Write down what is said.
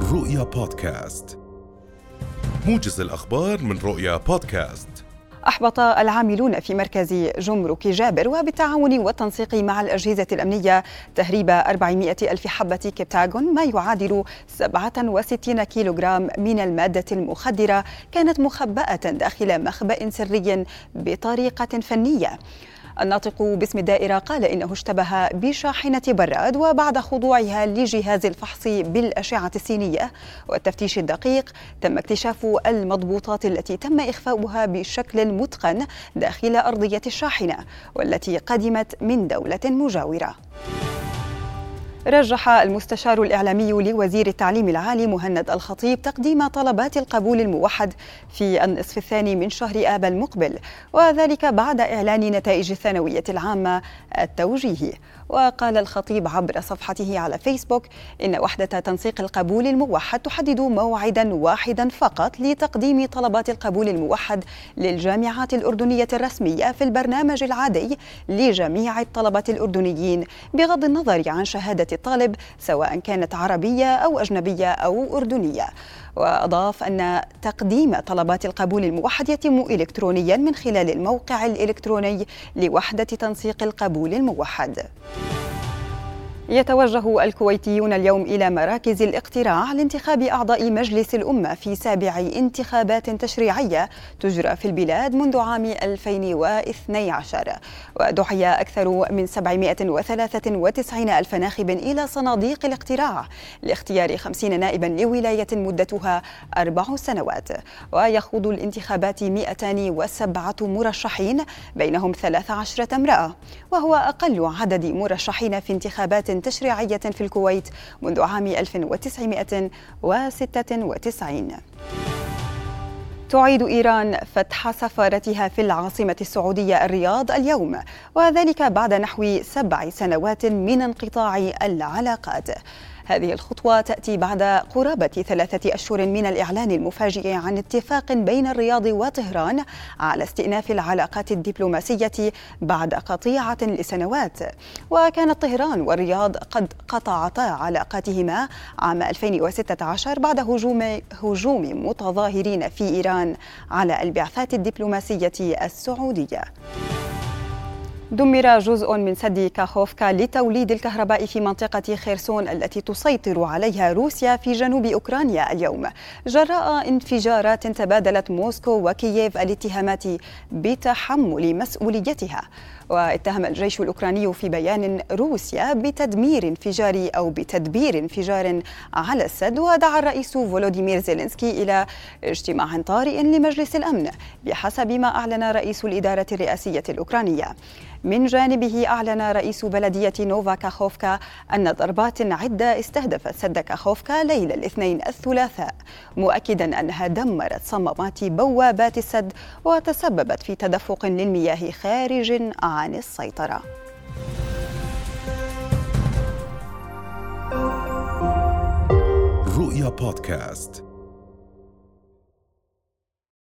رؤيا بودكاست، موجز الأخبار من رؤيا بودكاست. أحبط العاملون في مركز جمرك جابر وبالتعاون والتنسيق مع الأجهزة الأمنية تهريب 400 ألف حبة كبتاغون، ما يعادل 67 كيلوغرام من المادة المخدرة كانت مخبأة داخل مخبأ سري بطريقة فنية. الناطق باسم الدائرة قال إنه اشتبه بشاحنة براد، وبعد خضوعها لجهاز الفحص بالأشعة السينية والتفتيش الدقيق تم اكتشاف المضبوطات التي تم إخفاؤها بشكل متقن داخل أرضية الشاحنة، والتي قدمت من دولة مجاورة. رجح المستشار الإعلامي لوزير التعليم العالي مهند الخطيب تقديم طلبات القبول الموحد في النصف الثاني من شهر آب المقبل، وذلك بعد إعلان نتائج الثانوية العامة التوجيهي. وقال الخطيب عبر صفحته على فيسبوك إن وحدة تنسيق القبول الموحد تحدد موعدا واحدا فقط لتقديم طلبات القبول الموحد للجامعات الأردنية الرسمية في البرنامج العادي لجميع الطلبة الأردنيين، بغض النظر عن شهادة الطالب سواء كانت عربية أو أجنبية أو أردنية. وأضاف أن تقديم طلبات القبول الموحد يتم إلكترونيا من خلال الموقع الإلكتروني لوحدة تنسيق القبول الموحد. يتوجه الكويتيون اليوم إلى مراكز الاقتراع لانتخاب أعضاء مجلس الأمة في 7 انتخابات تشريعية تجرى في البلاد منذ عام 2012، ودعي أكثر من 793 ألف ناخب إلى صناديق الاقتراع لاختيار 50 نائبا لولاية مدتها 4 سنوات. ويخوض الانتخابات 207 مرشحين بينهم 13 امرأة، وهو أقل عدد مرشحين في انتخابات تشريعية في الكويت منذ عام 1996. تعيد إيران فتح سفارتها في العاصمة السعودية الرياض اليوم، وذلك بعد نحو 7 سنوات من انقطاع العلاقات. هذه الخطوة تأتي بعد قرابة 3 أشهر من الإعلان المفاجئ عن اتفاق بين الرياض وطهران على استئناف العلاقات الدبلوماسية بعد قطيعة لسنوات. وكانت طهران والرياض قد قطعتا علاقاتهما عام 2016 بعد هجوم متظاهرين في إيران على البعثات الدبلوماسية السعودية. دمر جزء من سد كاخوفكا لتوليد الكهرباء في منطقة خيرسون التي تسيطر عليها روسيا في جنوب أوكرانيا اليوم، جراء انفجارات تبادلت موسكو وكييف الاتهامات بتحمل مسؤوليتها. واتهم الجيش الأوكراني في بيان روسيا بتدبير انفجار على السد. ودعا الرئيس فولوديمير زيلينسكي إلى اجتماع طارئ لمجلس الأمن بحسب ما أعلن رئيس الإدارة الرئاسية الأوكرانية. من جانبه أعلن رئيس بلدية نوفا كاخوفكا أن ضربات عدة استهدفت سد كاخوفكا ليلة الاثنين الثلاثاء، مؤكدا أنها دمرت صمامات بوابات السد وتسببت في تدفق للمياه خارج عن السيطرة. رؤيا بودكاست.